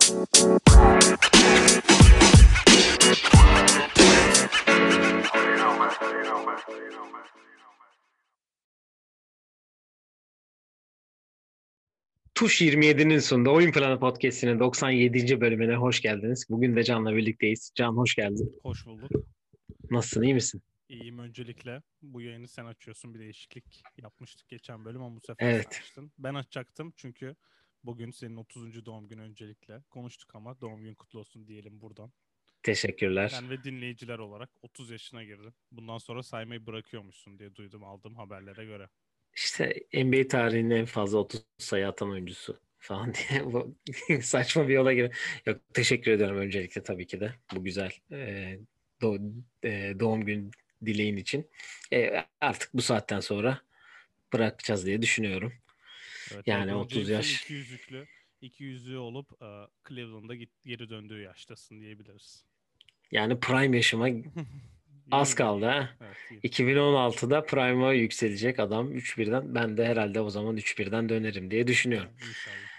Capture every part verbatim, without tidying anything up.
Tuş yirmi yedinin sonunda Oyun Planı Podcast'inin doksan yedinci bölümüne hoş geldiniz. Bugün de Can'la birlikteyiz. Can hoş geldin. Hoş bulduk. Nasılsın, iyi misin? İyiyim öncelikle. Bu yayını sen açıyorsun. Bir değişiklik yapmıştık geçen bölüm ama bu sefer sen Evet, açtın. Ben açacaktım çünkü bugün senin otuzuncu doğum günü öncelikle. Konuştuk ama doğum gün kutlu olsun diyelim buradan. teşekkürler. Ben ve dinleyiciler olarak otuz yaşına girdin. Bundan sonra saymayı bırakıyormuşsun diye duydum aldığım haberlere göre. İşte N B A tarihinin en fazla otuz sayı atan oyuncusu falan diye bu saçma bir yola gibi. Yok, teşekkür ediyorum öncelikle tabii ki de bu güzel e, do- e, doğum gün dileğin için. E, artık bu saatten sonra bırakacağız diye düşünüyorum. Evet, Yani LeBron otuz James'in yaş. iki yüzlüklü, iki yüzlü olup e, Cleveland'a git, geri döndüğü yaştasın diyebiliriz. Yani prime yaşıma az Yeni kaldı geliyor. ha. Evet, yeni. iki bin on altıda Prime'a yükselecek adam üç birden. Ben de herhalde o zaman üç birden dönerim diye düşünüyorum. Ha, İnşallah.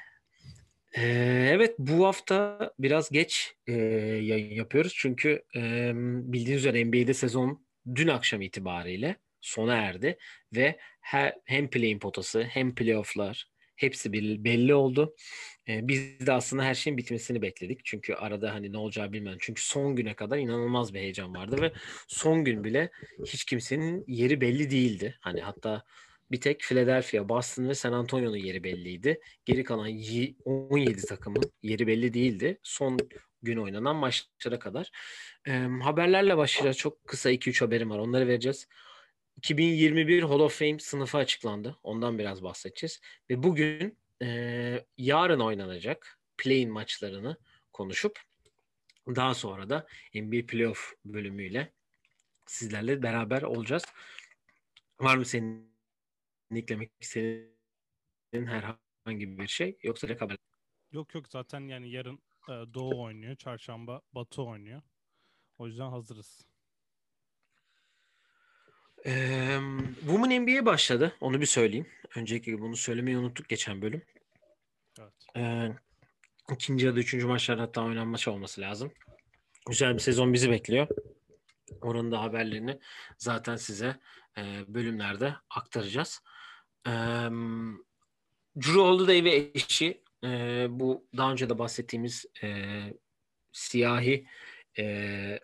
Ee, evet, bu hafta biraz geç e, yayın yapıyoruz. Çünkü e, bildiğiniz üzere N B A'de sezon dün akşam itibariyle sona erdi. Ve her, hem play-in potası hem playoff'lar hepsi bir, belli oldu. E, biz de aslında her şeyin bitmesini bekledik. Çünkü arada hani ne olacağı bilmem. Çünkü son güne kadar inanılmaz bir heyecan vardı ve son gün bile hiç kimsenin yeri belli değildi. Hani hatta bir tek Philadelphia, Boston ve San Antonio'nun yeri belliydi. Geri kalan y- on yedi takımın yeri belli değildi. Son gün oynanan maçlara kadar. E, haberlerle başlayacağız. Çok kısa iki üç haberim var. Onları vereceğiz. iki bin yirmi bir Hall of Fame sınıfı açıklandı. Ondan biraz bahsedeceğiz. Ve bugün e, yarın oynanacak play-in maçlarını konuşup daha sonra da N B A Playoff bölümüyle sizlerle beraber olacağız. Var mı senin eklemek istediğin herhangi bir şey yoksa direkt haber? Yok yok zaten yani yarın e, Doğu oynuyor. Çarşamba Batı oynuyor. O yüzden hazırız. Ee, Women N B A başladı. Onu bir söyleyeyim. Önceki bunu söylemeyi unuttuk geçen bölüm. Evet. Ee, ikinci ya da üçüncü maçlar hatta oynanmış olması lazım. Güzel bir sezon bizi bekliyor. Oranın da haberlerini zaten size e, bölümlerde aktaracağız. E, Drew Holiday ve eşi e, bu daha önce de bahsettiğimiz e, siyahi e,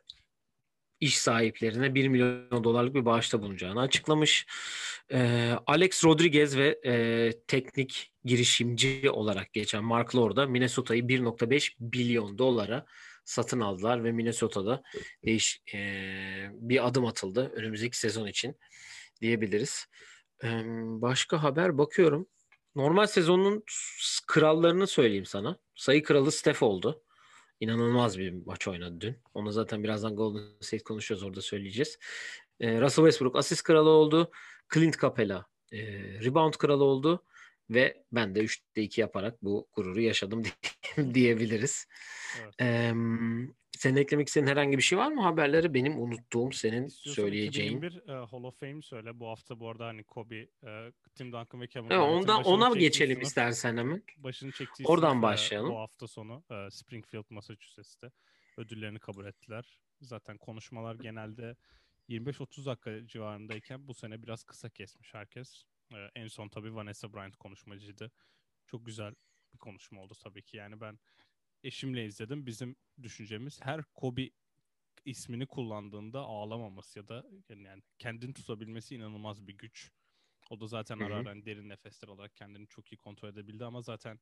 iş sahiplerine bir milyon dolarlık bir bağışta bulunacağını açıklamış. E, Alex Rodriguez ve e, teknik girişimci olarak geçen Mark Lord'a Minnesota'yı bir virgül beş milyon dolara satın aldılar ve Minnesota'da değiş e, bir adım atıldı önümüzdeki sezon için diyebiliriz. E, başka haber bakıyorum. Normal sezonun krallarını söyleyeyim sana. Sayı kralı Steph oldu. İnanılmaz bir maç oynadı dün. Onu zaten birazdan Golden State konuşuyoruz, orada söyleyeceğiz. Ee, Russell Westbrook asist kralı oldu. Clint Capela e, rebound kralı oldu. Ve ben de üçte iki yaparak bu gururu yaşadım diyebiliriz. Evet. Ee, Senin eklemek istediğin herhangi bir şey var mı haberleri? Benim unuttuğum, senin İstiyorsan söyleyeceğin. iki bin yirmi bir e, Hall of Fame söyle. Bu hafta bu arada hani Kobe, e, Tim Duncan ve Kevin Ha, Garnett'in ondan, başını ona çektiği geçelim sınıf istersen hemen. başını çektiği Oradan sınıf e, bu başlayalım. hafta sonu e, Springfield, Massachusetts'te ödüllerini kabul ettiler. Zaten konuşmalar genelde yirmi beş otuz dakika civarındayken bu sene biraz kısa kesmiş herkes. E, en son tabii Vanessa Bryant konuşmacıydı. Çok güzel bir konuşma oldu tabii ki. Yani ben eşimle izledim. Bizim düşüncemiz her Kobe ismini kullandığında ağlamaması ya da yani kendini tutabilmesi inanılmaz bir güç. O da zaten Hı ara hı. ara hani derin nefesler olarak kendini çok iyi kontrol edebildi ama zaten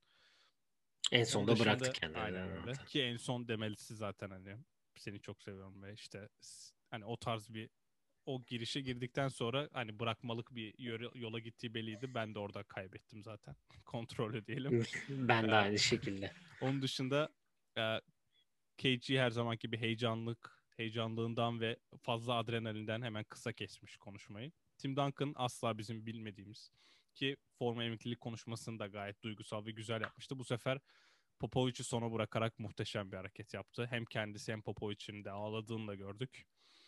En onun sonunda bıraktı dışında kendini aynen öyle. zaten. Ki en son demelisi zaten hani seni çok seviyorum ve işte hani o tarz bir o girişe girdikten sonra hani bırakmalık bir yola gittiği belliydi. Ben de orada kaybettim zaten. Kontrolü diyelim. Ben de Ee, aynı şekilde. onun dışında e, K G her zamanki bir heyecanlık, heyecanlığından ve fazla adrenalinden hemen kısa kesmiş konuşmayı. Tim Duncan asla bizim bilmediğimiz ki forma emeklilik konuşmasını da gayet duygusal ve güzel yapmıştı. Bu sefer Popovic'i sona bırakarak muhteşem bir hareket yaptı. Hem kendisi hem Popovic'in de ağladığını da gördük.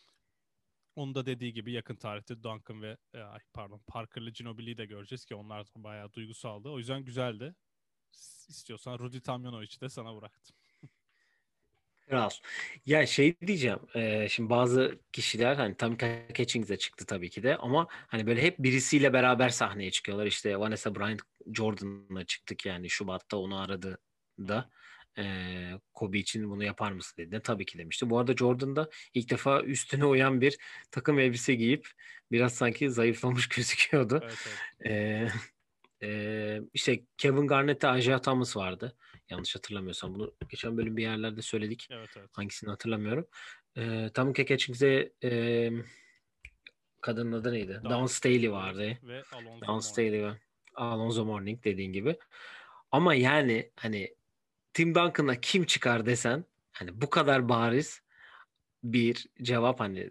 Onun da dediği gibi yakın tarihte Duncan ve e, ay pardon Parker'lı Ginobili'yi de göreceğiz ki onlar da bayağı duygusaldı. O yüzden güzeldi. İstiyorsan Rudy Tomjanovic'i de sana bıraktım. Kral. Ya şey diyeceğim. E, şimdi bazı kişiler hani Tamika Catchings de çıktı tabii ki de ama hani böyle hep birisiyle beraber sahneye çıkıyorlar. İşte Vanessa Bryant Jordan'la çıktık yani Şubat'ta onu aradı Hı da hı. e, Kobe için bunu yapar mısın dedi. Tabii ki demişti. Bu arada Jordan da ilk defa üstüne uyan bir takım elbise giyip biraz sanki zayıflamış gözüküyordu. Evet, evet. E, e, işte Kevin Garnett'te Isaiah Thomas vardı. Yanlış hatırlamıyorsam bunu geçen bölüm bir yerlerde söyledik. Evet, evet. Hangisini hatırlamıyorum. E, Tamika Catchings'e e, kadının adı neydi? Dawn Dawn Staley Staley vardı. ve Alonzo Dawn Mourning. Staley ve Alonzo Mourning dediğin gibi. Ama yani hani Tim Duncan'a kim çıkar desen hani bu kadar bariz bir cevap hani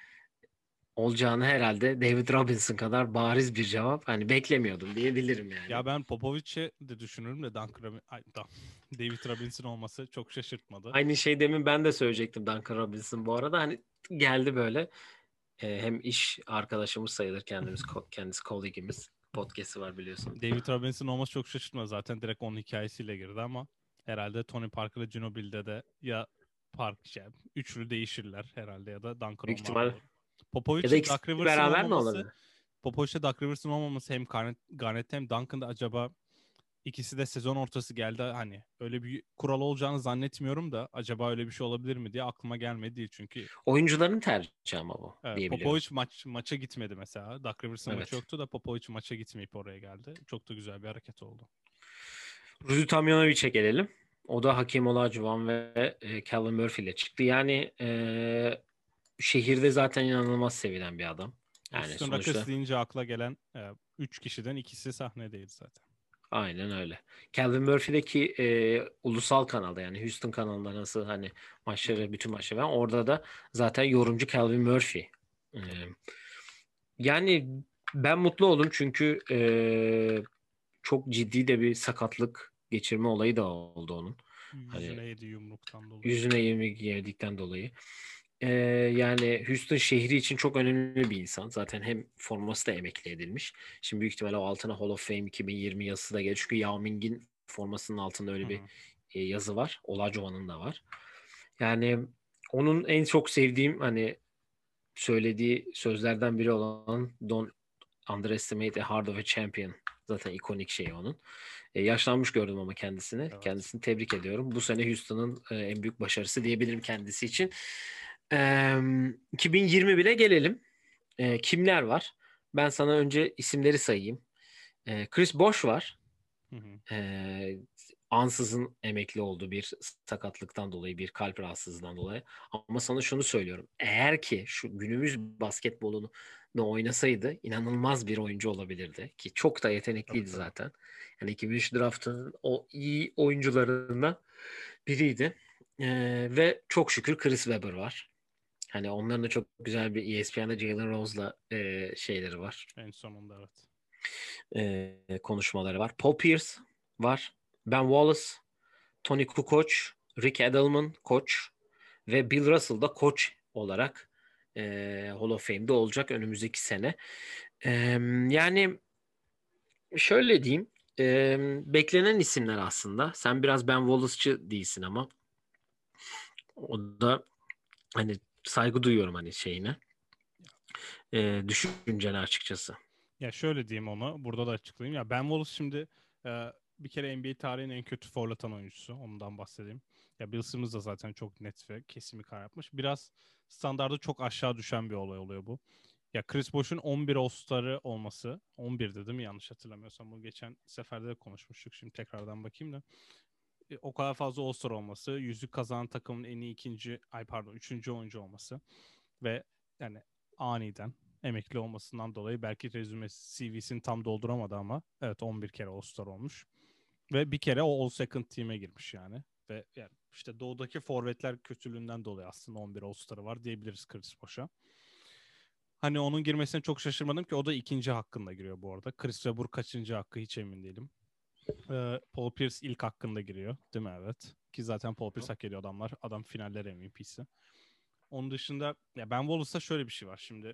olacağını herhalde David Robinson kadar bariz bir cevap hani beklemiyordum diyebilirim yani. Ya ben Popovic'i de düşünürüm de Duncan Robin- Ay, Da- David Robinson olması çok şaşırtmadı. Aynı şey demin ben de söyleyecektim Duncan Robinson bu arada hani geldi böyle. E, hem iş arkadaşımız sayılır kendimiz ko- kendisi kolegimiz podcast'i var biliyorsun. David Robinson olması çok şaşırtmadı. Zaten direkt onun hikayesiyle girdi ama herhalde Tony Parker ve Ginobili'de de ya Park şey, üçlü değişirler herhalde ya da Duncan Büyük onlarda ihtimal olur. ya da Popovic'le ikisi Doc Rivers'ın beraber mi olmaması olabilir? Popovic'le Doc Rivers'ın olmaması hem Garnett, Garnett hem Duncan'da acaba ikisi de sezon ortası geldi. Hani öyle bir kural olacağını zannetmiyorum da acaba öyle bir şey olabilir mi diye aklıma gelmedi değil. Çünkü Oyuncuların tercihi ama bu evet, diyebiliyorum. Popovic maç maça gitmedi mesela. Doc Rivers'ın maçı Evet. yoktu da Popovic maça gitmeyip oraya geldi. Çok da güzel bir hareket oldu. Rudy Tomjanovic'e gelelim. O da Hakeem Olajuwon ve e, Calvin Murphy ile çıktı. Yani e, şehirde zaten inanılmaz sevilen bir adam. Yani Houston Rockets sonuçta deyince akla gelen e, üç kişiden ikisi sahnedeydi zaten. aynen öyle. Calvin Murphy'deki e, ulusal kanalda yani Houston kanalında nasıl hani Hı hı. maçları bütün maçları var. Orada da zaten yorumcu Calvin Murphy. E, Tabii. yani ben mutlu oldum çünkü e, çok ciddi de bir sakatlık geçirme olayı da oldu onun. Hani Yüzüne yedi yumruktan dolayı. yüzüne yemek yedikten dolayı. Ee, yani Houston şehri için çok önemli bir insan. Zaten hem forması da emekli edilmiş. Şimdi büyük ihtimalle o altına Hall of Fame iki bin yirmi yazısı da gelir. Çünkü Yao Ming'in formasının altında Hı öyle bir hı. e, yazı var. Olajuwon'un da var. Yani onun en çok sevdiğim hani söylediği sözlerden biri olan Don't underestimate a heart of a champion. Zaten ikonik şey onun. E, yaşlanmış gördüm ama kendisini. Evet. Kendisini tebrik ediyorum. Bu sene Houston'ın e, en büyük başarısı diyebilirim kendisi için. E, iki bin yirmi bile gelelim. E, kimler var? Ben sana önce isimleri sayayım. E, Chris Bosh var. Hı hı. E, ansızın emekli oldu bir sakatlıktan dolayı, bir kalp rahatsızlığından dolayı. Ama sana şunu söylüyorum. Eğer ki şu günümüz basketbolunu da oynasaydı inanılmaz bir oyuncu olabilirdi. Ki çok da Tabii, yetenekliydi tabii. zaten. Yani iki bin üç draftının o iyi oyuncularından biriydi. E, ve çok şükür Chris Webber var. Hani onların da çok güzel bir E S P N'de Jalen Rose'la e, şeyleri var. En sonunda evet. E, konuşmaları var. Paul Pierce var. Ben Wallace, Tony Kukoc, Rick Edelman koç ve Bill Russell da koç olarak e, Hall of Fame'de olacak önümüzdeki sene. E, yani şöyle diyeyim. e, beklenen isimler aslında. Sen biraz Ben Wallace'çı değilsin ama o da hani saygı duyuyorum hani şeyine. E, düşüncene açıkçası. Ya şöyle diyeyim onu. Burada da açıklayayım. Ya Ben Wallace şimdi e, bir kere N B A tarihinin en kötü forlatan oyuncusu. Ondan bahsedeyim. Ya Bill Simmons da zaten çok net ve kesin bir karar yapmış. Biraz standardı çok aşağı düşen bir olay oluyor bu. Ya Chris Bosh'un on bir All-Star'ı olması. on birdi değil mi? Yanlış hatırlamıyorsam. Bu geçen seferde de konuşmuştuk. Şimdi tekrardan bakayım da. E, o kadar fazla All-Star olması. Yüzük kazanan takımın en iyi ikinci, ay pardon üçüncü oyuncu olması. Ve yani aniden emekli olmasından dolayı belki rezüme C V'sini tam dolduramadı ama evet on bir kere All-Star olmuş. Ve bir kere o All-Second Team'e girmiş yani. Ve yani işte doğudaki forvetler kötülüğünden dolayı aslında on bir All-Star'ı var diyebiliriz Chris Bosh'a. Hani onun girmesine çok şaşırmadım ki o da ikinci hakkında giriyor bu arada. Chris Webber kaçıncı hakkı hiç emin değilim. Ee, Paul Pierce ilk hakkında giriyor değil mi? Evet. Ki zaten Paul Pierce hak ediyor adamlar. Adam finaller M V P'si. Onun dışında ya Ben Wallace'ta şöyle bir şey var. Şimdi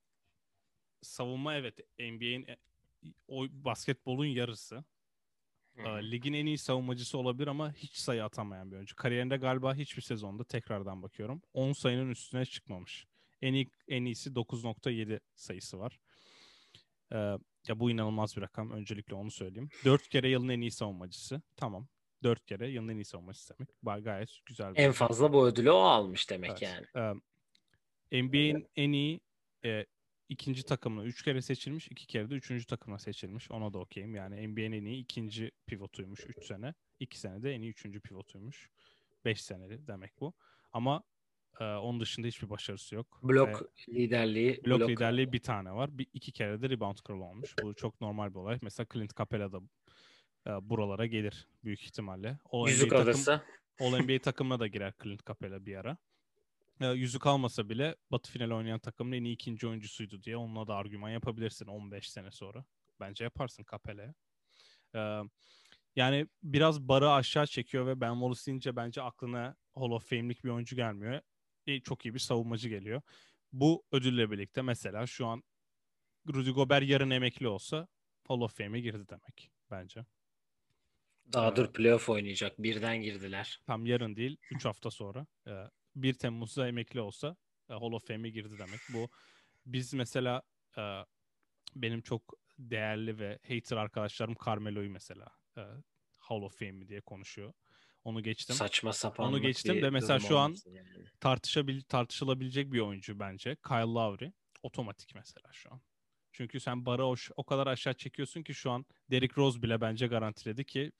savunma evet N B A'in o basketbolun yarısı. e, ligin en iyi savunmacısı olabilir ama hiç sayı atamayan bir oyuncu. Kariyerinde galiba hiçbir sezonda, tekrardan bakıyorum, on sayının üstüne çıkmamış. En iyi en iyisi dokuz nokta yedi sayısı var. E, ya bu inanılmaz bir rakam. Öncelikle onu söyleyeyim. dört kere yılın en iyi savunmacısı. Tamam. dört kere yılın en iyi savunmacısı demek. Ba- Gayet güzel bir En ödül. fazla bu ödülü o almış demek Evet. yani. E, N B A'in en iyi e, ikinci takımına üç kere seçilmiş. iki kere de üçüncü takımına seçilmiş. Ona da okeyim. Yani N B A'in en iyi ikinci pivotuymuş üç sene. iki sene de en iyi üçüncü pivotuymuş. beş seneli demek bu. Ama e, onun dışında hiçbir başarısı yok. Ve Blok liderliği, blok blok liderliği bir tane var. Bir, iki kere de rebound kralı olmuş. Bu çok normal bir olay. Mesela Clint Capela da e, buralara gelir büyük ihtimalle. O N B A yüzük takım alırsa All N B A takımına da girer Clint Capela bir ara. E, yüzük almasa bile Batı finali oynayan takımın en iyi ikinci oyuncusuydu diye onunla da argüman yapabilirsin on beş sene sonra. Bence yaparsın Capela'ya. E, yani biraz barı aşağı çekiyor ve Ben Wallace deyince bence aklına Hall of Fame'lik bir oyuncu gelmiyor. E, çok iyi bir savunmacı geliyor. Bu ödülle birlikte mesela şu an Rudy Gobert yarın emekli olsa Hall of Fame'e girdi demek bence. daha E, dur playoff oynayacak. Birden girdiler. tam yarın değil üç hafta sonra. E, bir Temmuz'da emekli olsa e, Hall of Fame'e girdi demek. Bu biz mesela e, benim çok değerli ve hater arkadaşlarım Carmelo'yu mesela e, Hall of Fame mi diye konuşuyor. Onu geçtim. Saçma Onu sapanlık geçtim de bir mesela durum şu an olmasın yani. tartışabil tartışılabilecek bir oyuncu bence. Kyle Lowry otomatik mesela şu an. Çünkü sen barı o, o kadar aşağı çekiyorsun ki şu an Derrick Rose bile bence garantiledi ki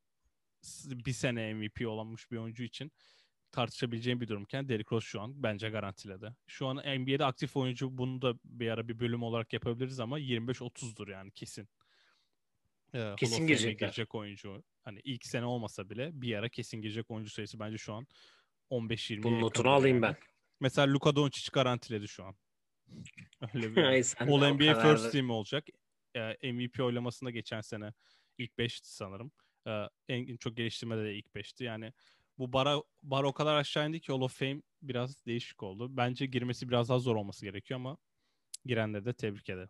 bir sene M V P olmuş bir oyuncu için tartışabileceğim bir durumken Derrick Rose şu an bence garantiledi. Şu an N B A'de aktif oyuncu, bunu da bir ara bir bölüm olarak yapabiliriz ama yirmi beş otuzdur yani kesin. Ee, Hall of Kesin Fame'e girecekler. girecek oyuncu. Hani ilk sene olmasa bile bir ara kesin girecek oyuncu sayısı bence şu an on beş yirmiye Bunun notunu yakındır alayım yani. ben. Mesela Luka Doncic garantiledi şu an. Öyle bir yani. Ay sen de All o N B A kadar First da. Team olacak. Ee, M V P oylamasında geçen sene ilk beşti sanırım. Ee, en çok geliştirmede de ilk beşti. Yani bu bara, bar o kadar aşağı indi ki Hall of Fame biraz değişik oldu. Bence girmesi biraz daha zor olması gerekiyor ama girenleri de tebrik ederim.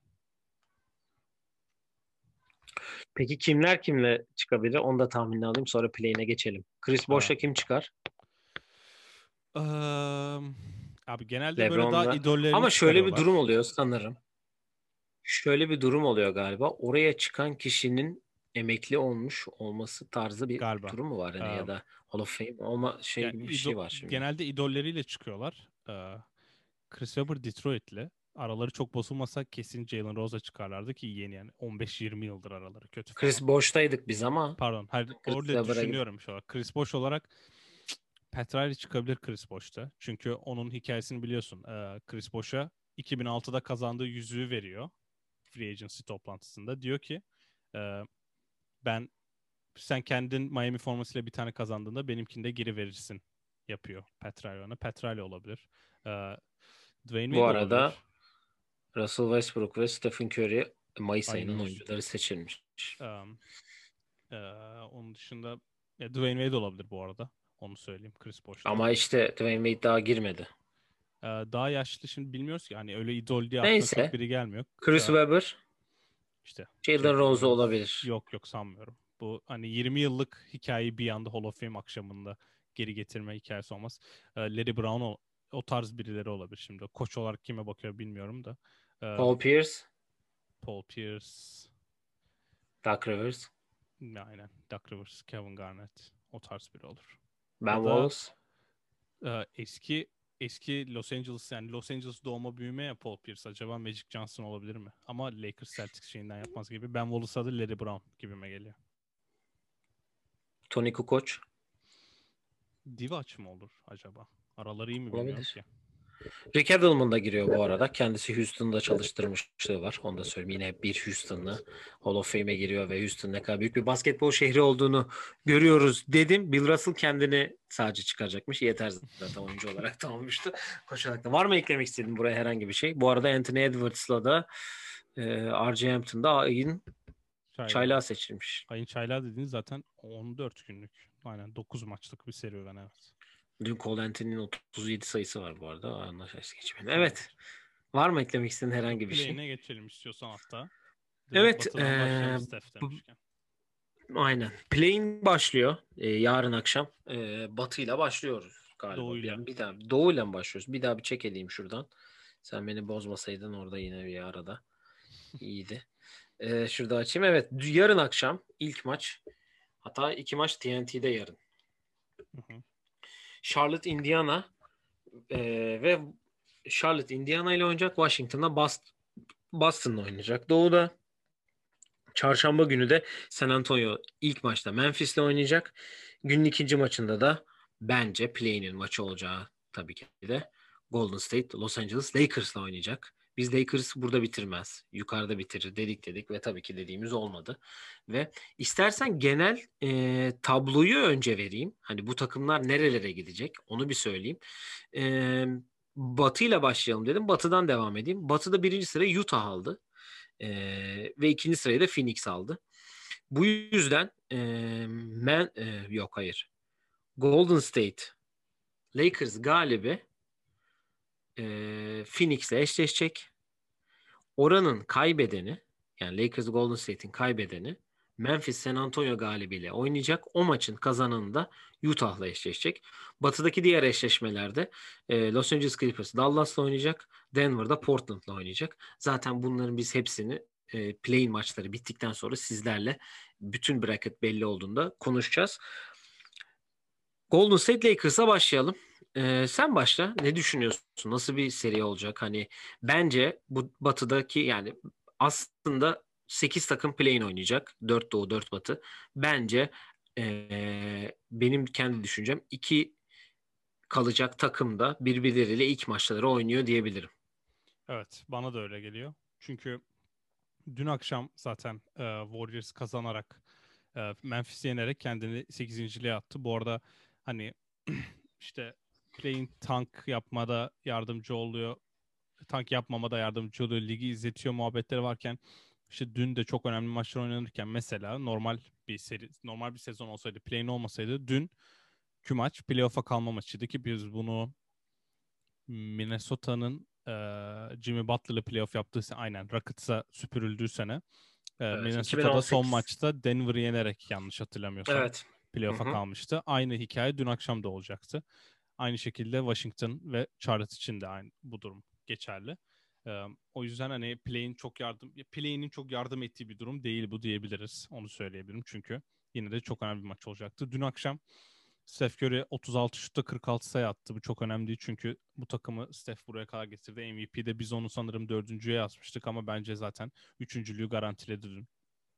Peki kimler kimle çıkabilir? Onu da tahminini alayım. Sonra play'ine geçelim. Chris Ee, Bosh'a kim çıkar? eee, abi genelde böyle daha LeBron'da. idollerini Ama şöyle bir durum çıkarıyorlar. oluyor sanırım. Şöyle bir durum oluyor galiba. Oraya çıkan kişinin emekli olmuş olması tarzı bir Galiba. durum mu var hani, ya Eee, da Hall of Fame olma şey yani gibi bir şey ido- var şimdi. genelde idolleriyle çıkıyorlar. Eee, Chris Webber Detroit'le. Araları çok bozulmasa kesin Jalen Rose'a çıkarlardı ki yeni yani on beş yirmi yıldır araları kötü Chris falan. Bosh'taydık biz ama Pardon. Her, Chris orada Webber'a gidip düşünüyorum şu an. Chris Bosh olarak Pat Riley çıkabilir Chris Bosh'ta. Çünkü onun hikayesini biliyorsun. Eee, Chris Bosh'a iki bin altıda kazandığı yüzüğü veriyor. Free Agency toplantısında. Diyor ki eee, ben sen kendin Miami formasıyla bir tane kazandığında benimkini de geri verirsin yapıyor Pat Riley ona. Pat Riley olabilir. Eee Dwayne bu Wade arada olabilir. Russell Westbrook ve Stephen Curry Mayıs Aynen ayının öyle. oyuncuları seçilmiş. Eee, eee, onun dışında ya Dwayne Wade olabilir bu arada. Onu söyleyeyim Chris Bosh'ta. Ama işte Dwayne Wade daha girmedi. Eee, daha yaşlı şimdi bilmiyoruz ki. Hani öyle idol diye aklına çok Neyse. biri gelmiyor. Chris Eee, Webber, işte Jalen Jalen Rose Rose. olabilir. Yok yok sanmıyorum. Bu hani yirmi yıllık hikayeyi bir anda Hall of Fame akşamında geri getirme hikayesi olmaz. Eee, Larry Brown o, o tarz birileri olabilir şimdi. Koç olarak kime bakıyor bilmiyorum da. Eee, Paul Pierce, Paul Pierce, Doc Rivers, aynen. Doug Rivers, Kevin Garnett o tarz biri olur. Ben Ya da Wallace. eee, eski eski Los Angeles yani Los Angeles doğma büyüme ya Paul Pierce. Acaba Magic Johnson olabilir mi? Ama Lakers Celtics şeyinden yapmaz gibi. Ben Wallace'a da Larry Brown gibime geliyor. Tony Kukoc Divac mı olur acaba? Araları iyi mi bilmiyorum olabilir. ki. Rick Adelman da giriyor bu arada. Kendisi Houston'da çalıştırmışlığı var. Onu da söyleyeyim. Yine bir Houston'lı Hall of Fame'e giriyor ve Houston ne kadar büyük bir basketbol şehri olduğunu görüyoruz dedim. Bill Russell kendini sadece çıkaracakmış. Yeter, zaten oyuncu olarak da olmuştu. Koç olarak da. Var mı eklemek istediğin buraya herhangi bir şey? Bu arada Anthony Edwards'la da e, R J Hampton'da ayın Çayla. çaylağı seçilmiş. Ayın çaylağı dediğiniz zaten on dört günlük. Aynen dokuz maçlık bir serüven evet. Dün Cole Anthony'nin otuz yedi sayısı var bu arada. Anlaşılması geçmeyelim. Evet. Tamamdır. Var mı eklemek istediğin herhangi bir şey? Play'ine geçelim istiyorsan hatta. Direkt Evet. batıdan başlayalım E, Steph demişken. Aynen. Play-in başlıyor. Ee, yarın akşam. Ee, Batı'yla başlıyoruz galiba. Doğuyla. Bir, bir daha Doğu'yla mı başlıyoruz? Bir daha bir çek edeyim şuradan. Sen beni bozmasaydın orada yine bir arada. İyiydi. Ee, şurada açayım. Evet. Yarın akşam ilk maç. Hatta iki maç T N T'de yarın. Hı hı. Charlotte, Indiana ee, ve Charlotte, Indiana ile oynayacak. Washington'da Boston, Boston'la oynayacak. Doğu'da çarşamba günü de San Antonio ilk maçta Memphis'le oynayacak. Günün ikinci maçında da bence play-in maçı olacağı tabii ki de Golden State Los Angeles Lakers'la oynayacak. Biz Lakers burada bitirmez. Yukarıda bitirir dedik dedik ve tabii ki dediğimiz olmadı. Ve istersen genel e, tabloyu önce vereyim. Hani bu takımlar nerelere gidecek onu bir söyleyeyim. E, Batı ile başlayalım dedim. Batı'dan devam edeyim. Batı'da birinci sırayı Utah aldı. Ee, ve ikinci sırayı da Phoenix aldı. Bu yüzden e, men, e, yok hayır. Golden State Lakers galibi e, Phoenix'le eşleşecek. Oranın kaybedeni yani Lakers Golden State'in kaybedeni Memphis San Antonio galibiyle oynayacak. O maçın kazananı da Utah'la eşleşecek. Batı'daki diğer eşleşmelerde e, Los Angeles Clippers Dallas'la oynayacak. Denver'da Portland'la oynayacak. Zaten bunların biz hepsini e, play-in maçları bittikten sonra sizlerle bütün bracket belli olduğunda konuşacağız. Golden State Lakers'a başlayalım. Ee, sen başla. Ne düşünüyorsun? Nasıl bir seri olacak? Hani bence bu batıdaki yani aslında sekiz takım play-in oynayacak. dört doğu, dört batı. Bence ee, benim kendi düşüncem iki kalacak takım da birbirleriyle ilk maçları oynuyor diyebilirim. Evet, bana da öyle geliyor. Çünkü dün akşam zaten e, Warriors kazanarak e, Memphis'i yenerek kendini sekizinciliğe attı. Bu arada hani işte playing tank yapmada yardımcı oluyor. Tank yapmamada yardımcı oluyor. Ligi izletiyor muhabbetleri varken işte dün de çok önemli maçlar oynanırken mesela normal bir seri, normal bir sezon olsaydı, play-in olmasaydı dün kü maç playoff'a kalma maçıydı ki biz bunu Minnesota'nın e, Jimmy Butler'la playoff yaptığı sene, aynen Rockets'a süpürüldüğü sene e, Evet, Minnesota'da son iki bin on sekiz. maçta Denver'ı yenerek yanlış hatırlamıyorsam Evet. Hı playoff'a hı. kalmıştı. Aynı hikaye dün akşam da olacaktı. Aynı şekilde Washington ve Charlotte için de aynı bu durum geçerli. E, o yüzden hani play'in çok yardım play'inin çok yardım ettiği bir durum değil bu diyebiliriz. Onu söyleyebilirim çünkü yine de çok önemli bir maç olacaktı. Dün akşam Steph Curry otuz altı şutta kırk altı sayı attı. Bu çok önemli değil çünkü bu takımı Steph buraya kadar getirdi. M V P'de biz onu sanırım dördüncüye yazmıştık ama bence zaten üçüncülüğü garantiledi dün.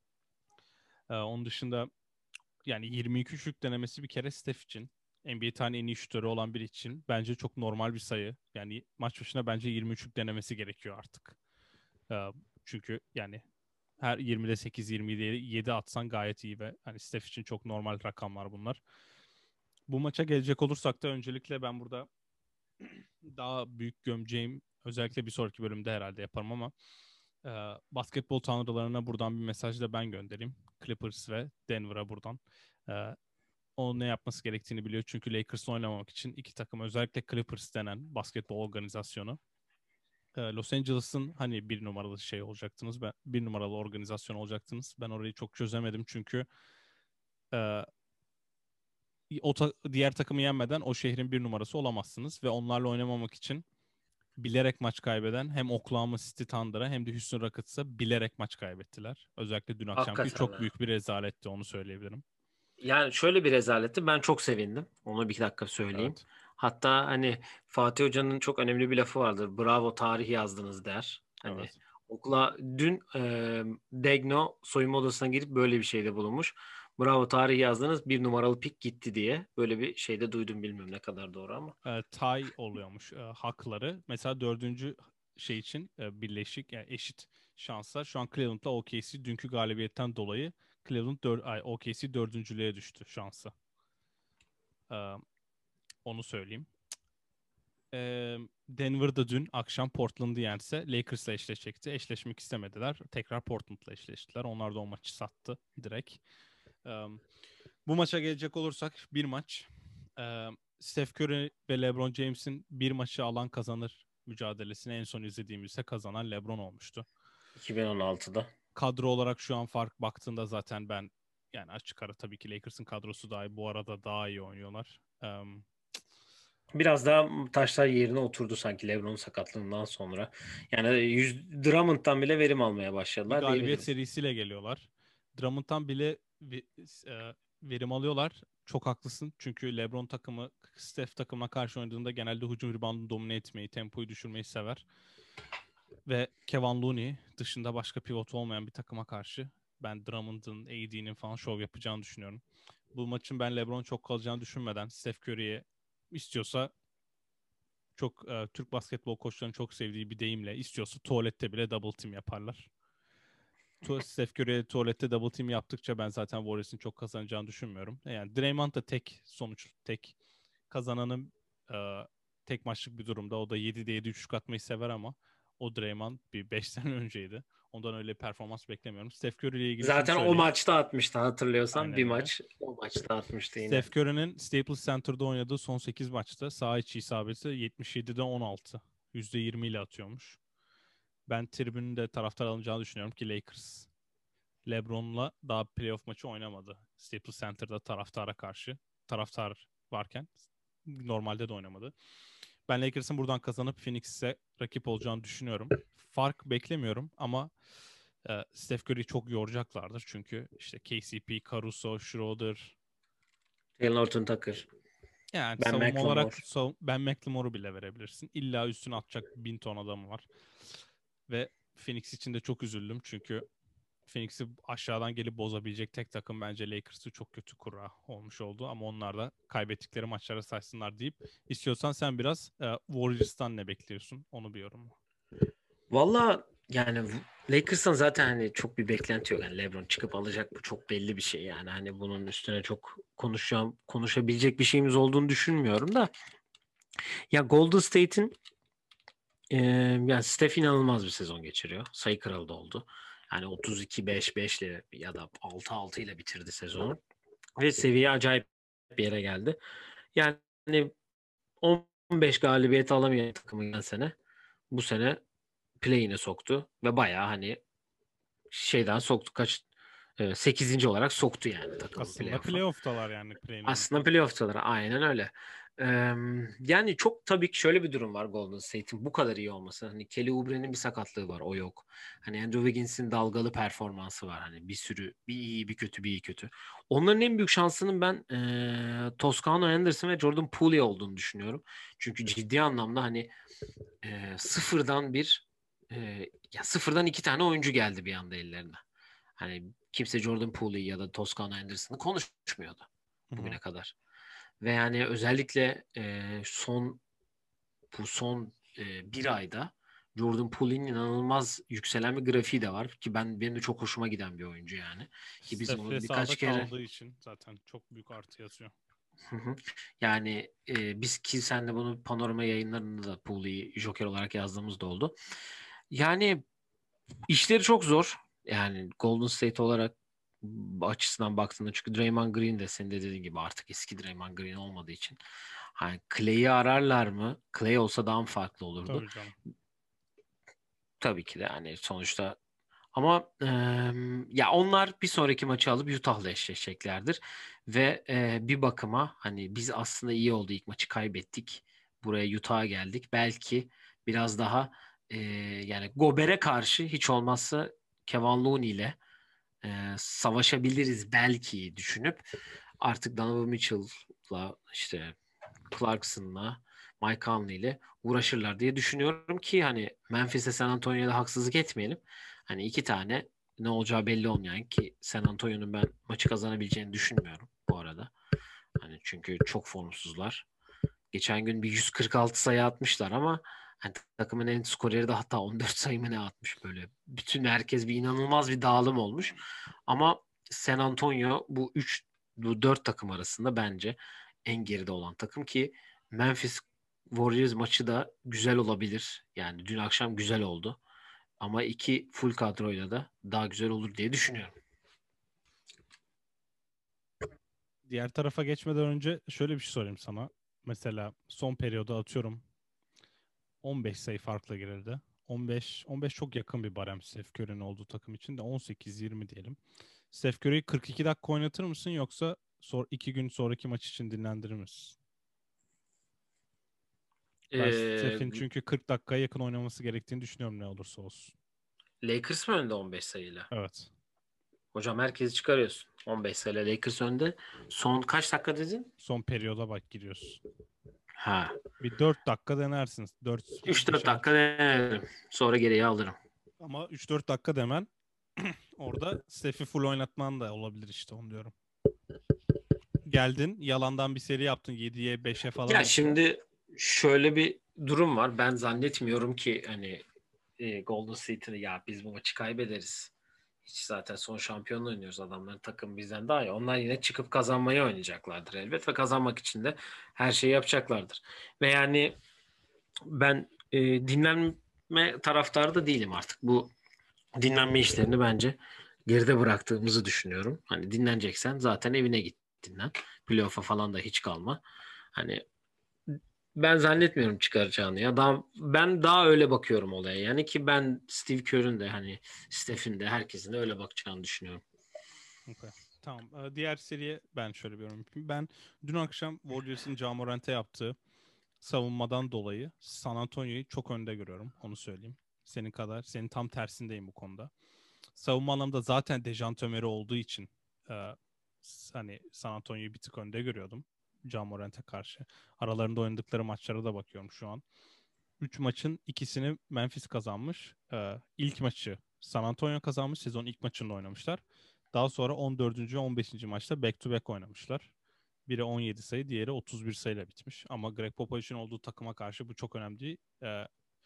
Ee, onun dışında yani yirmi iki şut denemesi bir kere Steph için, N B A tane en iyi şutörü olan biri için bence çok normal bir sayı. Yani maç başına bence yirmi üçlük denemesi gerekiyor artık. Ee, çünkü yani her yirmide sekiz, yirmide yedi atsan gayet iyi ve hani Steph için çok normal rakamlar bunlar. Bu maça gelecek olursak da öncelikle ben burada daha büyük gömeceğim özellikle bir sonraki bölümde herhalde yaparım ama e, basketbol tanrılarına buradan bir mesaj da ben göndereyim. Clippers ve Denver'a buradan. E, o ne yapması gerektiğini biliyor. Çünkü Lakers'la oynamamak için iki takım özellikle Clippers denen basketbol organizasyonu e, Los Angeles'ın hani bir numaralı şey olacaktınız. Ben bir numaralı organizasyon olacaktınız. Ben orayı çok çözemedim çünkü e, o ta- diğer takımı yenmeden o şehrin bir numarası olamazsınız ve onlarla oynamamak için bilerek maç kaybeden hem Oklahoma City Thunder'a hem de Houston Rockets'a bilerek maç kaybettiler. Özellikle dün akşamki Hakikaten çok ha. büyük bir rezaletti onu söyleyebilirim. Yani şöyle bir rezaletti. Ben çok sevindim. Onu bir dakika söyleyeyim. Evet. Hatta hani Fatih Hoca'nın çok önemli bir lafı vardır. Bravo tarih yazdınız der. Hani Evet. okula dün e, Degno soyunma odasına girip böyle bir şeyde bulunmuş. Bravo tarih yazdınız bir numaralı pik gitti diye. Böyle bir şeyde duydum bilmiyorum ne kadar doğru ama. E, tie oluyormuş e, hakları. Mesela dördüncü şey için e, birleşik yani eşit şanslar. Şu an Cleveland'la O K C dünkü galibiyetten dolayı Cleveland dör, ay, O K C dördüncülüğe düştü şansı. E, onu söyleyeyim. E, Denver'da dün akşam Portland'ı yense Lakers'la eşleşecekti. Eşleşmek istemediler. Tekrar Portland'la eşleştiler. Onlar da o maçı sattı direkt. E, bu maça gelecek olursak bir maç. E, Steph Curry ve LeBron James'in bir maçı alan kazanır mücadelesini en son izlediğimizde kazanan LeBron olmuştu. iki bin on altıda. Kadro olarak şu an fark baktığında zaten ben yani açık ara tabii ki Lakers'ın kadrosu daha iyi. Bu arada daha iyi oynuyorlar. Um, Biraz daha taşlar yerine oturdu sanki LeBron'un sakatlığından sonra. Yani yüz Drummond'dan bile verim almaya bir başladılar galibiyet diyebiliriz. serisiyle geliyorlar. Drummond'dan bile vi- e, verim alıyorlar. Çok haklısın. Çünkü LeBron takımı Steph takımına karşı oynadığında genelde hücum reboundunu domine etmeyi, tempoyu düşürmeyi sever. Ve Kevin Looney dışında başka pivot olmayan bir takıma karşı ben Drummond'ın, A D'nin falan şov yapacağını düşünüyorum. Bu maçın ben LeBron çok kalacağını düşünmeden Steph Curry'ye istiyorsa çok e, Türk basketbol koçlarının çok sevdiği bir deyimle istiyorsa tuvalette bile double team yaparlar. Tu Steph Curry'e tuvalette double team yaptıkça ben zaten Warriors'ın çok kazanacağını düşünmüyorum. Yani Draymond da tek sonuç, tek kazananın e, tek maçlık bir durumda. O da yedide yedi üçlük atmayı sever ama o Draymond bir beş sene önceydi. Ondan öyle performans beklemiyorum. Steph Curry ile ilgili şunu Zaten o söyleyeyim. maçta atmıştı hatırlıyorsan, bir Aynen öyle. maç o maçta atmıştı yine. Steph Curry'nin Staples Center'da oynadığı son sekiz maçta saha içi isabeti yetmiş yedide on altı. yüzde yirmi ile atıyormuş. Ben tribünün de taraftar alınacağını düşünüyorum ki Lakers LeBron'la daha playoff maçı oynamadı. Staples Center'da taraftara karşı. Taraftar varken normalde de oynamadı. Ben Lakers'ın buradan kazanıp Phoenix'e rakip olacağını düşünüyorum. Fark beklemiyorum ama e, Steph Curry'i çok yoracaklardır. Çünkü işte K C P, Caruso, Schroeder, Taylor Horton Tucker. yani Ben savunma olarak McLemore. sav- Ben McLemore'u bile verebilirsin. İlla üstüne atacak bin ton adamı var. Ve Phoenix için de çok üzüldüm çünkü Phoenix'i aşağıdan gelip bozabilecek tek takım bence Lakers'ı çok kötü kura olmuş oldu. Ama onlar da kaybettikleri maçlara saysınlar deyip istiyorsan sen biraz e, Warriors'tan ne bekliyorsun? Onu bir yorumla. Valla yani Lakers'tan zaten hani çok bir beklenti yok. Yani LeBron çıkıp alacak, bu çok belli bir şey. Yani hani bunun üstüne çok konuşacağım, konuşabilecek bir şeyimiz olduğunu düşünmüyorum da. Ya Golden State'in e, yani Steph inanılmaz bir sezon geçiriyor. Sayı kralı da oldu. Yani otuz iki beş beş ile ya da altı altı ile bitirdi sezonu. Ve seviye acayip bir yere geldi. Yani on beş galibiyet alamayan takımı geçen sene bu sene play'ine soktu ve bayağı hani şeyden soktu, kaç e, sekizinci olarak soktu yani takımın Aslında playoff'a. playoff'talar yani play-in Aslında olurken. playoff'talar, aynen öyle. Ee, Yani çok tabii ki şöyle bir durum var Golden State'in bu kadar iyi olması. Hani Kelly Oubre'nin bir sakatlığı var, o yok. Hani Andrew Wiggins'in dalgalı performansı var. Hani bir sürü, bir iyi bir kötü, bir iyi kötü. Onların en büyük şansının ben e, Toscano Anderson ve Jordan Poole olduğunu düşünüyorum. Çünkü ciddi anlamda hani e, sıfırdan bir e, ya sıfırdan iki tane oyuncu geldi bir anda ellerine. Hani kimse Jordan Poole'u ya da Toscano Anderson'ı konuşmuyordu Hı hı. bugüne kadar. Ve yani özellikle e, son bu son e, bir ayda Jordan Poole'in inanılmaz yükselen bir grafiği de var ki ben benim de çok hoşuma giden bir oyuncu yani. Ki biz Steph'le onu sahada birkaç kere kaldığı için zaten çok büyük artı yazıyor. Hı hı. Yani e, biz ki senle bunu panorama yayınlarında da Poole'yi Joker olarak yazdığımız da oldu. Yani işleri çok zor. Yani Golden State olarak açısından baktığında, çünkü Draymond Green de senin de dediğin gibi artık eski Draymond Green olmadığı için hani Clay'i ararlar mı? Clay olsa daha mı farklı olurdu? Tabii canım. Tabii ki de yani sonuçta, ama e, ya onlar bir sonraki maçı alıp Utah'la eşleşeceklerdir ve e, bir bakıma hani biz aslında iyi oldu, ilk maçı kaybettik. Buraya Utah'a geldik. Belki biraz daha e, yani Gober'e karşı hiç olmazsa Kevin Looney ile e, savaşabiliriz belki düşünüp artık Donovan Mitchell'la işte Clarkson'la Mike Conley ile uğraşırlar diye düşünüyorum ki hani Memphis'e San Antonio'ya da haksızlık etmeyelim. Hani iki tane ne olacağı belli olmayan, ki San Antonio'nun ben maçı kazanabileceğini düşünmüyorum bu arada. Hani çünkü çok formsuzlar. Geçen gün bir yüz kırk altı sayı atmışlar ama hani takımın en skoreri de hatta on dört sayı mı ne atmış böyle. Bütün herkes bir inanılmaz bir dağılım olmuş. Ama San Antonio bu üç bu dört takım arasında bence en geride olan takım, ki Memphis Warriors maçı da güzel olabilir. Yani dün akşam güzel oldu. Ama iki full kadroyla da daha güzel olur diye düşünüyorum. Diğer tarafa geçmeden önce şöyle bir şey sorayım sana. Mesela son periyoda atıyorum on beş sayı farkla girildi. on beş on beş çok yakın bir barem Steph Curry'nin olduğu takım için de on sekiz yirmi diyelim. Steph Curry'i kırk iki dakika oynatır mısın yoksa sor, iki gün sonraki maç için dinlendirir misin? Ben Ee, Steph'in çünkü kırk dakikaya yakın oynaması gerektiğini düşünüyorum ne olursa olsun. Lakers mı önde on beş sayıyla? Evet. Hocam herkesi çıkarıyorsun. on beş sayıyla Lakers önde. Son kaç dakika dedin? Son periyoda bak giriyorsun. Ha. Bir dört dakika denersin. dört üç beş dört dakika altı. denerim. Sonra geriye alırım. Ama üç dört dakika demen orada Steph'i full oynatman da olabilir işte onu diyorum. Geldin yalandan bir seri yaptın yediye beşe falan Ya olsa. şimdi şöyle bir durum var. Ben zannetmiyorum ki hani e, Golden State'in ya biz bu maçı kaybederiz. Hiç zaten son şampiyonluğu oynuyoruz, adamların takım bizden daha iyi. Onlar yine çıkıp kazanmayı oynayacaklardır elbet ve kazanmak için de her şeyi yapacaklardır. Ve yani ben e, dinlenme taraftarı da değilim artık. Bu dinlenme işlerini bence geride bıraktığımızı düşünüyorum. Hani dinleneceksen zaten evine git dinlen. Playoff'a falan da hiç kalma. Hani ben zannetmiyorum çıkaracağını ya. Daha, ben daha öyle bakıyorum olaya. Yani ki ben Steve Kerr'ün de hani Steph'in de herkesin de öyle bakacağını düşünüyorum. Okay. Tamam. Ee, Diğer seriye ben şöyle bir yorum yapayım. Ben dün akşam Warriors'ın Ja Morant'e yaptığı savunmadan dolayı San Antonio'yu çok önde görüyorum. Onu söyleyeyim. Senin kadar. Senin tam tersindeyim bu konuda. Savunma anlamda zaten Dejounte Murray olduğu için e, hani San Antonio'yu bir tık önde görüyordum. Ja Morant'e karşı. Aralarında oynadıkları maçlara da bakıyorum şu an. Üç maçın ikisini Memphis kazanmış. Ee, ilk maçı San Antonio kazanmış. Sezon ilk maçında oynamışlar. Daha sonra on dördüncü ve on beşinci maçta back to back oynamışlar. Biri on yedi sayı, diğeri otuz bir sayıyla bitmiş. Ama Greg Popovich'in olduğu takıma karşı bu çok önemli değil. Ee,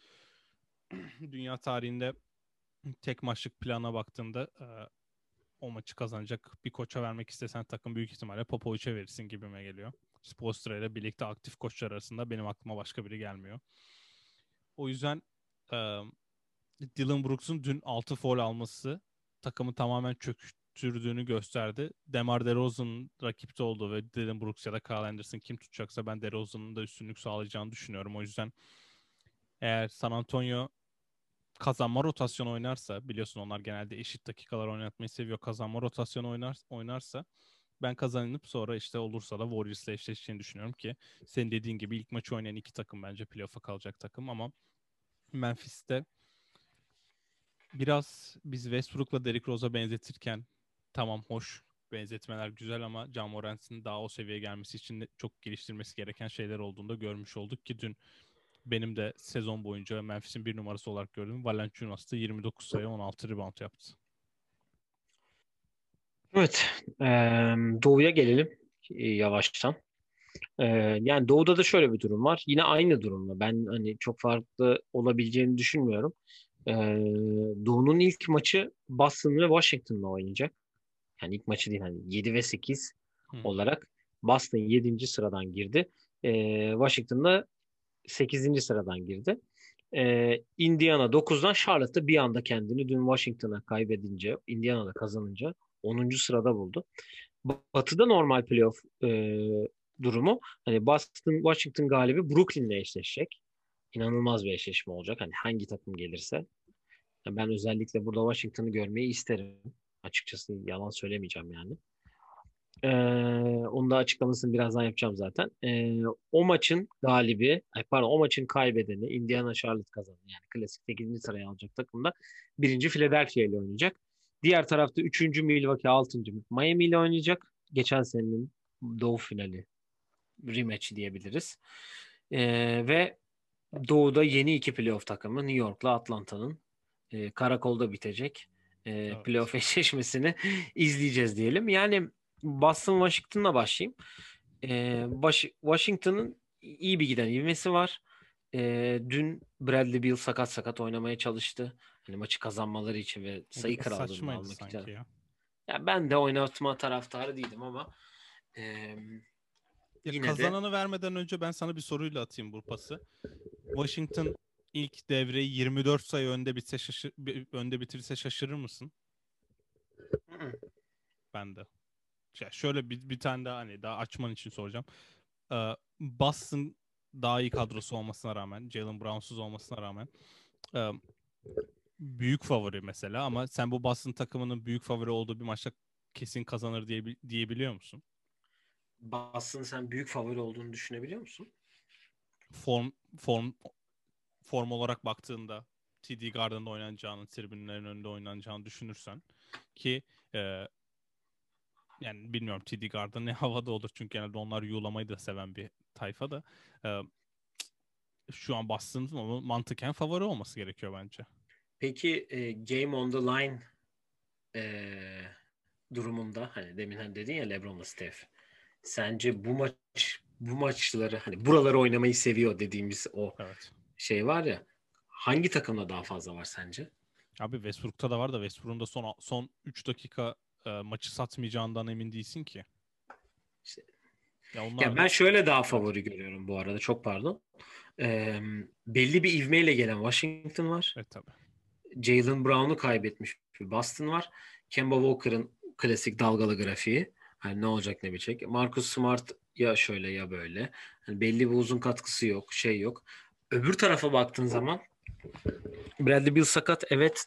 dünya tarihinde tek maçlık plana baktığında e, o maçı kazanacak bir koça vermek istesen takım büyük ihtimalle Popovic'e verirsin gibime geliyor. Spoelstra ile birlikte aktif koçlar arasında benim aklıma başka biri gelmiyor. O yüzden e, Dylan Brooks'un dün altı foul alması takımı tamamen çöktürdüğünü gösterdi. DeMar DeRozan'ın rakipte olduğu ve Dylan Brooks ya da Kyle Anderson kim tutacaksa ben DeRozan'ın da üstünlük sağlayacağını düşünüyorum. O yüzden eğer San Antonio kazanma rotasyonu oynarsa, biliyorsun onlar genelde eşit dakikalar oynatmayı seviyor. Kazanma rotasyonu oynar, oynarsa ben kazanıp sonra işte olursa da Warriors'la eşleşeceğini düşünüyorum ki senin dediğin gibi ilk maçı oynayan iki takım bence playoff'a kalacak takım ama Memphis'te biraz biz Westbrook'la Derrick Rose'a benzetirken tamam hoş benzetmeler güzel ama Ja Morant'in daha o seviyeye gelmesi için de çok geliştirmesi gereken şeyler olduğunu da görmüş olduk ki dün benim de sezon boyunca Memphis'in bir numarası olarak gördüğüm Valanciunas'ta yirmi dokuz sayı on altı rebound yaptı. Evet. eee, Doğu'ya gelelim e, yavaştan. Eee, yani Doğu'da da şöyle bir durum var. Yine aynı durumda. Ben hani çok farklı olabileceğini düşünmüyorum. Eee, Doğu'nun ilk maçı Boston ve Washington'la oynayacak. Yani ilk maçı değil, hani yedi ve sekiz Hı hı. olarak Boston yedinci sıradan girdi. Ee, Washington'da sekizinci sıradan girdi. Ee, Indiana dokuzdan, Charlotte bir anda kendini dün Washington'a kaybedince, Indiana'da kazanınca onuncu sırada buldu. Batı'da normal playoff e, durumu, hani Boston Washington galibi Brooklyn'le eşleşecek. İnanılmaz bir eşleşme olacak. Hani hangi takım gelirse. Ben özellikle burada Washington'ı görmeyi isterim. Açıkçası yalan söylemeyeceğim yani. Ee, Onun da açıklamasını birazdan yapacağım zaten. Ee, o maçın galibi, ay pardon, o maçın kaybedeni Indiana Charlotte kazandı. Yani klasik sekizinci sıraya alacak takımda birinci Philadelphia ile oynayacak. Diğer tarafta üçüncü Milwaukee, altıncı Miami ile oynayacak. Geçen senenin Doğu finali rematch diyebiliriz. Ee, ve Doğu'da yeni iki playoff takımı New York'la Atlanta'nın e, karakolda bitecek e, Evet. playoff eşleşmesini izleyeceğiz diyelim. Yani Boston Washington'la başlayayım. E, baş, Washington'ın iyi bir giden ivmesi var. E, dün Bradley Beal sakat sakat oynamaya çalıştı. Hani maçı kazanmaları için ve O sayı biraz krallığını saçmaydı almak için. sanki ya. Ya ben de oynatma taraftarı değilim ama e, Ya yine de kazananı vermeden önce ben sana bir soruyla atayım bu pası. Washington ilk devreyi yirmi dört sayı önde bitse şaşır, önde bitirse şaşırır mısın? Ben de. Ya şöyle bir, bir tane daha hani daha açman için soracağım. Ee, Boston daha iyi kadrosu olmasına rağmen, Jalen Brown'suz olmasına rağmen e, büyük favori mesela ama sen bu Boston takımının büyük favori olduğu bir maçta kesin kazanır diye diyebiliyor musun? Boston'ın sen büyük favori olduğunu düşünebiliyor musun? Form form form olarak baktığında T D Garden'da oynanacağını, tribünlerin önünde oynanacağını düşünürsen ki e, yani bilmiyorum T D Garden ne havada olur çünkü genelde onlar yuğlamayı da seven bir tayfa da e, şu an Boston'ın ama mantıken favori olması gerekiyor bence. Peki e, Game on the Line e, durumunda hani demin hani dedin ya LeBron'la Steph. Sence bu maç bu maçları hani buraları oynamayı seviyor dediğimiz o Evet. şey var ya, hangi takımda daha fazla var sence? Abi Westbrook'ta da var da Westbrook'un da son son üç dakika e, maçı satmayacağından emin değilsin ki. İşte, Ya onlar ya da ben şöyle daha evet. favori görüyorum bu arada, çok pardon. Ee, belli bir ivmeyle gelen Washington var. Evet tabii. Jaylen Brown'u kaybetmiş bir Boston var. Kemba Walker'ın klasik dalgalı grafiği. Hani ne olacak ne bitecek. Marcus Smart ya şöyle ya böyle. Hani belli bir uzun katkısı yok, şey yok. Öbür tarafa baktığın zaman Bradley Beal sakat, evet.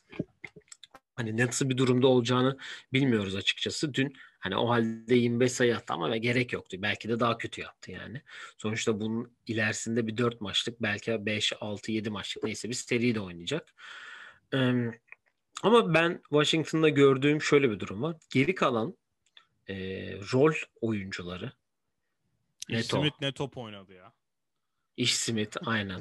Hani nasıl bir durumda olacağını bilmiyoruz açıkçası. Dün hani o halde yirmi beş sayı attı ama gerek yoktu. Belki de daha kötü yaptı yani. Sonuçta bunun ilerisinde bir dört maçlık, belki beş, altı, yedi maçlık neyse bir seri de oynayacak. Ee, ama ben Washington'da gördüğüm şöyle bir durum var. Geri kalan e, rol oyuncuları İş Neto, Smith ne top oynadı ya. Ish Smith aynen.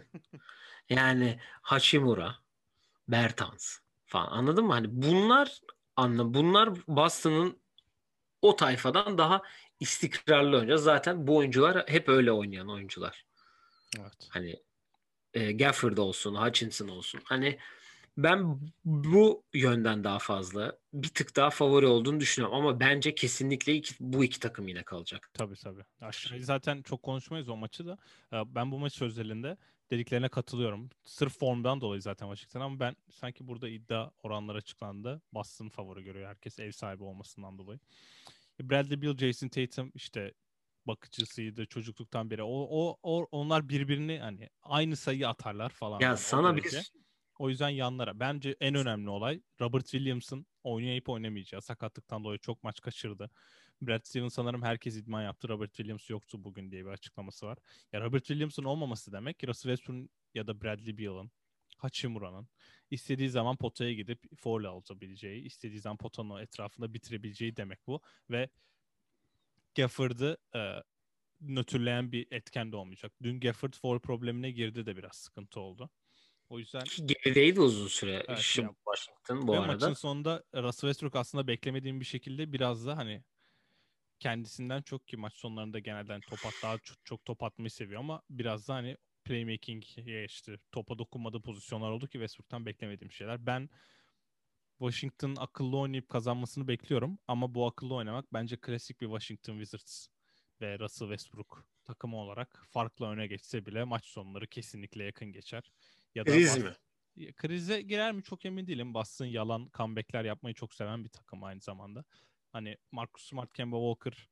Yani Hachimura, Bertans falan, anladın mı? Hani bunlar anla bunlar Boston'ın o tayfadan daha istikrarlı oynayacağız. Zaten bu oyuncular hep öyle oynayan oyuncular. Evet. Hani e, Gafford olsun, Hutchinson olsun. Hani ben bu yönden daha fazla bir tık daha favori olduğunu düşünüyorum. Ama bence kesinlikle iki, bu iki takım yine kalacak. Tabii tabii. Aşağıyı zaten çok konuşmayız o maçı da. Ee, Ben bu maç özelinde dediklerine katılıyorum. Sırf formdan dolayı zaten Washington ama ben sanki burada iddia oranları açıklandı. Boston favori görüyor herkes ev sahibi olmasından dolayı. Bradley Beal, Jason Tatum işte bakıcısıydı çocukluktan beri. O, o, o onlar birbirini hani aynı sayı atarlar falan Ya yani o sana derece. bir O yüzden yanlara. Bence en önemli olay Robert Williams'ın oynayıp oynamayacağı. Sakatlıktan dolayı çok maç kaçırdı. Brad Stevens sanırım herkes idman yaptı. Robert Williams yoktu bugün diye bir açıklaması var. Ya Robert Williams'ın olmaması demek Russell Westbrook'un ya da Bradley Beal'ın, Hachimura'nın istediği zaman potaya gidip foul alabileceği, istediği zaman potanın etrafında bitirebileceği demek bu. Ve Gafford'ı e, nötrleyen bir etken de olmayacak. Dün Gafford foul problemine girdi de biraz sıkıntı oldu. O yüzden ki gerideydi uzun süre evet şu ya Washington bu ve maçın arada. sonunda Russell Westbrook aslında beklemediğim bir şekilde biraz da hani kendisinden çok ki maç sonlarında genelde hani top at daha çok, çok top atmayı seviyor ama biraz da hani playmaking'e geçti. Topa dokunmadığı pozisyonlar oldu ki Westbrook'tan beklemediğim şeyler. Ben Washington akıllı oynayıp kazanmasını bekliyorum ama bu akıllı oynamak bence klasik bir Washington Wizards ve Russell Westbrook takımı olarak farklı öne geçse bile maç sonları kesinlikle yakın geçer. Ya da Kriz Bas mi? krize girer mi çok emin değilim. Boston yalan comeback'ler yapmayı çok seven bir takım aynı zamanda. Hani Marcus Smart, Kemba Walker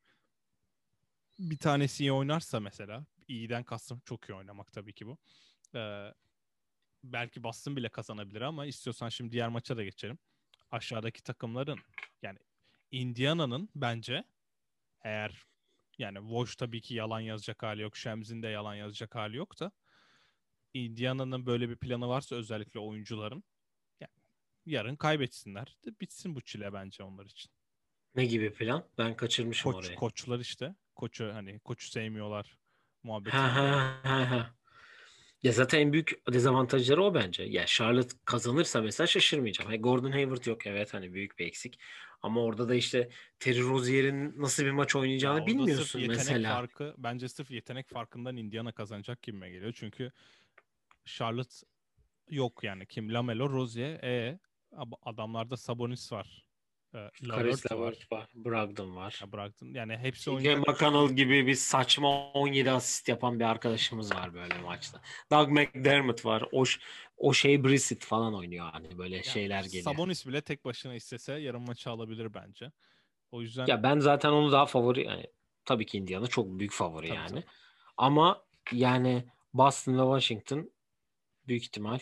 bir tanesi iyi oynarsa mesela iyiden kastım çok iyi oynamak tabii ki bu. Ee, belki Boston bile kazanabilir ama istiyorsan şimdi diğer maça da geçelim. Aşağıdaki takımların yani Indiana'nın bence eğer yani Woj tabii ki yalan yazacak hali yok. Shems'in de yalan yazacak hali yok da Indiana'nın böyle bir planı varsa özellikle oyuncuların yani yarın kaybetsinler. De bitsin bu çile bence onlar için. Ne gibi plan? Ben kaçırmışım Koç orayı. koçlar işte. Koçu hani koçu sevmiyorlar Ha muhabbetine ha döndü. ha ha. Ya zaten en büyük dezavantajları o bence. Ya Charlotte kazanırsa mesela şaşırmayacağım. Ha, Gordon Hayward yok, evet, hani büyük bir eksik. Ama orada da işte Terry Rozier'in nasıl bir maç Ya oynayacağını orada sırf bilmiyorsun yetenek mesela. farkı bence sırf yetenek farkından Indiana kazanacak gibime geliyor. Çünkü Charlotte yok yani. Kim? Lamelo, Rozier. E adamlarda Sabonis var. E, Karis Lavert var. LeVert var. Brogdon var. Ya bıraktın. Yani hepsi T J oynayacak. McConnell gibi bir saçma on yedi asist yapan bir arkadaşımız var böyle maçta. Doug McDermott var. O, ş- o şey Brissett falan oynuyor hani, böyle Ya şeyler geliyor. Sabonis bile tek başına istese yarım maçı alabilir bence. O yüzden Ya ben zaten onu daha favori, yani tabii ki Indiana çok büyük favori tabii yani. tabii. Ama yani Boston ve Washington büyük ihtimal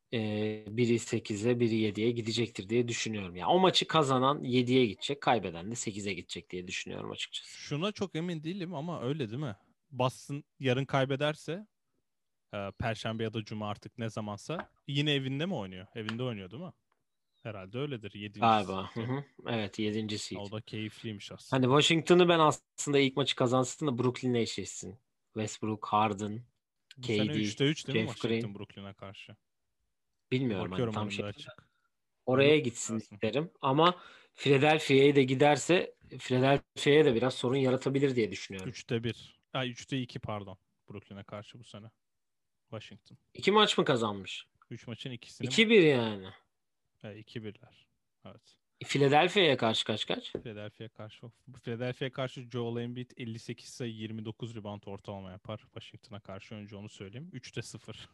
Ee, biri sekize, biri yediye gidecektir diye düşünüyorum. Yani o maçı kazanan yediye gidecek, kaybeden de sekize gidecek diye düşünüyorum açıkçası. Şuna çok emin değilim ama öyle değil mi? Boston yarın kaybederse e, Perşembe ya da Cuma artık ne zamansa yine evinde mi oynuyor? Evinde oynuyor değil mi? Herhalde öyledir. Yedinci Galiba. Hı seed'ti. hı. Evet, O yedincisiydi. da keyifliymiş Hani aslında. Washington'ı ben aslında ilk maçı kazansın da Brooklyn'le eşleşsin. Westbrook, Harden, Bu sene K D, üçte üç değil mi Jeff Green. Washington Brooklyn'e karşı? Bir Bilmiyorum hani bakıyorum tam onun da şey. açık. Oraya Yok gitsin lazım. isterim. Ama Philadelphia'ya da giderse Philadelphia'ya da biraz sorun yaratabilir diye düşünüyorum. Üçte bir. Ay üçte iki pardon. Brooklyn'e karşı bu sene. Washington. İki maç mı kazanmış? Üç maçın ikisini mi? iki bir yani. E, iki birler. Evet. Philadelphia'ya karşı kaç kaç? Philadelphia karşı. Philadelphia karşı Joel Embiid elli sekiz sayı yirmi dokuz rebound ortalama yapar. Washington'a karşı önce onu söyleyeyim. üçte sıfır.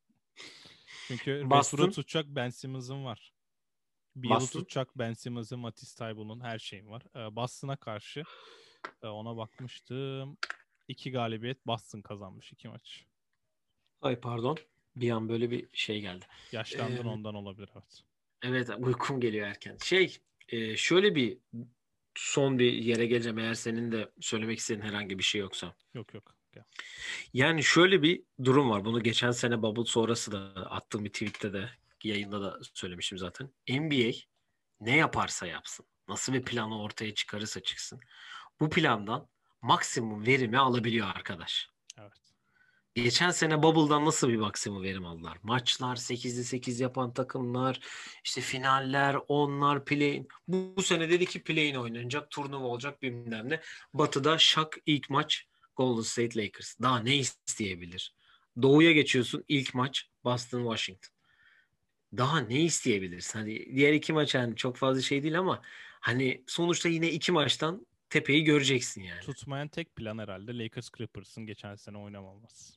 Çünkü Westbrook Boston. tutacak, Ben Simmons'ın var. Beal'ı Boston. tutacak, Ben Simmons'ın, Matisse Thybulle'un her şeyin var. Ee, Boston'a karşı e, ona bakmıştım. İki galibiyet Boston kazanmış iki maç. Ay pardon. Bir an böyle bir şey geldi. Ee, Yaşlandın ondan olabilir evet. evet, uykum geliyor erken. Şey e, şöyle bir son bir yere geleceğim eğer senin de söylemek istediğin herhangi bir şey yoksa. Yok yok. Gel. Yani şöyle bir durum var. Bunu geçen sene Bubble sonrası da attığım bir tweette de yayında da söylemiştim zaten. N B A ne yaparsa yapsın, nasıl bir planı ortaya çıkarırsa çıksın, bu plandan maksimum verimi alabiliyor arkadaş. Evet. Geçen sene Bubble'dan nasıl bir maksimum verim aldılar? Maçlar sekizde sekiz yapan takımlar, işte finaller, onlar, play-in. Bu, bu sene dedi ki play-in oynanacak, turnuva olacak bilmem ne. Batı'da şak ilk maç Golden State Lakers. Daha ne isteyebilir? Doğu'ya geçiyorsun ilk maç Boston Washington. Daha ne isteyebilirsin? Hani diğer iki maç yani çok fazla şey değil ama hani sonuçta yine iki maçtan tepeyi göreceksin yani. Tutmayan tek plan herhalde Lakers Clippers'ın geçen sene oynamaması.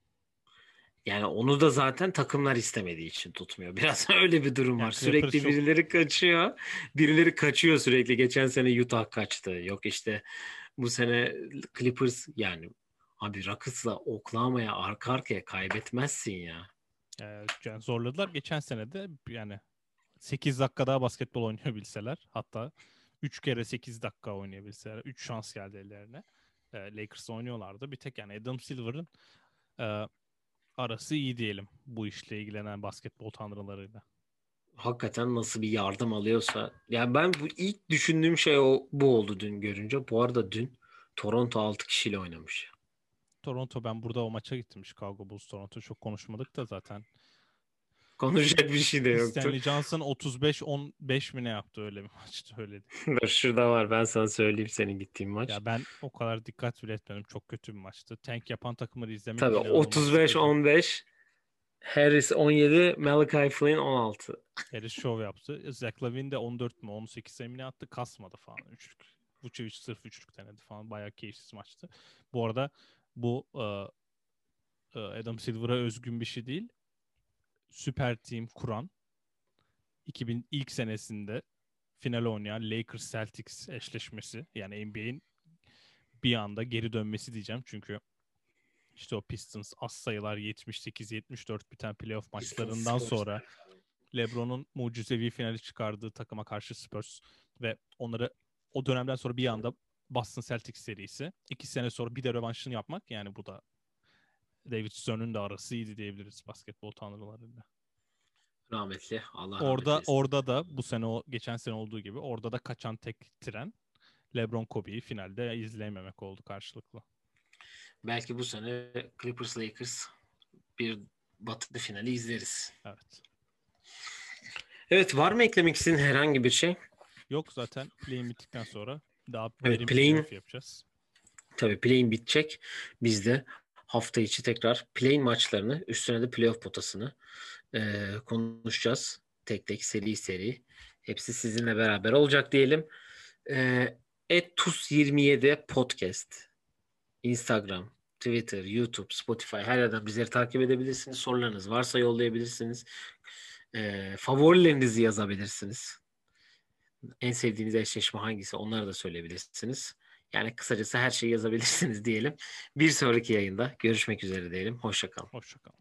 Yani onu da zaten takımlar istemediği için tutmuyor. Biraz öyle bir durum var. Yani Clippers Sürekli çok birileri kaçıyor. Birileri kaçıyor sürekli. Geçen sene Utah kaçtı. Yok işte bu sene Clippers yani abi Rockets'la Oklahoma'ya arka arkaya kaybetmezsin ya. e, yani zorladılar. Geçen sene de yani sekiz dakika daha basketbol oynayabilseler hatta üç kere sekiz dakika oynayabilseler üç şans geldi ellerine. E, Lakers oynuyorlardı. Bir tek yani Adam Silver'ın e, arası iyi diyelim bu işle ilgilenen basketbol tanrılarıyla. Hakikaten nasıl bir yardım alıyorsa. Yani ben bu ilk düşündüğüm şey o bu oldu dün görünce. Bu arada dün Toronto altı kişiyle oynamış. Toronto ben burada o maça gittim. Chicago Bulls Toronto çok konuşmadık da zaten. Konuşacak bir şey de yoktu. Stanley Johnson otuz beş on beş mi ne yaptı öyle bir maçta öyle. Dur şurada var ben sana söyleyeyim senin gittiğin maç. Ya ben o kadar dikkat bile etmedim. Çok kötü bir maçtı. Tank yapan takımları izlemek Tabii inanılmaz otuz beş sıkıcı. on beş, Harris on yedi, Malachi Flynn on altı. Harris show yaptı. Zach Lavine de on dört mü on sekiz emine attı. Kasmadı falan. Üçlük. Vucevic sırf üçlük denedi falan. Bayağı keyifsiz maçtı. Bu arada bu e, e, Adam Silver'a özgün bir şey değil. Süper team kuran iki bin ilk senesinde final oynayan Lakers Celtics eşleşmesi yani N B A'in bir anda geri dönmesi diyeceğim. Çünkü işte o Pistons az sayılar yetmiş sekiz yetmiş dört biten playoff Pistons maçlarından Spurs. sonra LeBron'un mucizevi finali çıkardığı takıma karşı Spurs ve onları o dönemden sonra bir anda Boston Celtics serisi. İki sene sonra bir de rövanşını yapmak yani bu da David Stern'ün de arası iyiydi diyebiliriz basketbol tanrılarıyla. Rahmetli. Allah rahmet Orada eylesin. orada da bu sene o geçen sene olduğu gibi orada da kaçan tek tren LeBron Kobe'yi finalde izleyememek oldu karşılıklı. Belki bu sene Clippers Lakers bir batı finali izleriz. Evet. Evet, var mı eklemek istediğin herhangi bir şey? Yok zaten play-in bittikten sonra daha Evet, verimli play'in playoff yapacağız. tabii play'in bitecek. Biz de hafta içi tekrar play'in maçlarını üstüne de playoff potasını eee, konuşacağız. Tek tek seri seri. Hepsi sizinle beraber olacak diyelim. Eee Etus yirmi yedi podcast. Instagram, Twitter, YouTube, Spotify her yerden bizleri takip edebilirsiniz. Sorularınız varsa yollayabilirsiniz. Eee favorilerinizi yazabilirsiniz. En sevdiğiniz eşleşme hangisi onları da söyleyebilirsiniz. Yani kısacası her şeyi yazabilirsiniz diyelim. Bir sonraki yayında görüşmek üzere diyelim. Hoşça kalın. Hoşçakalın.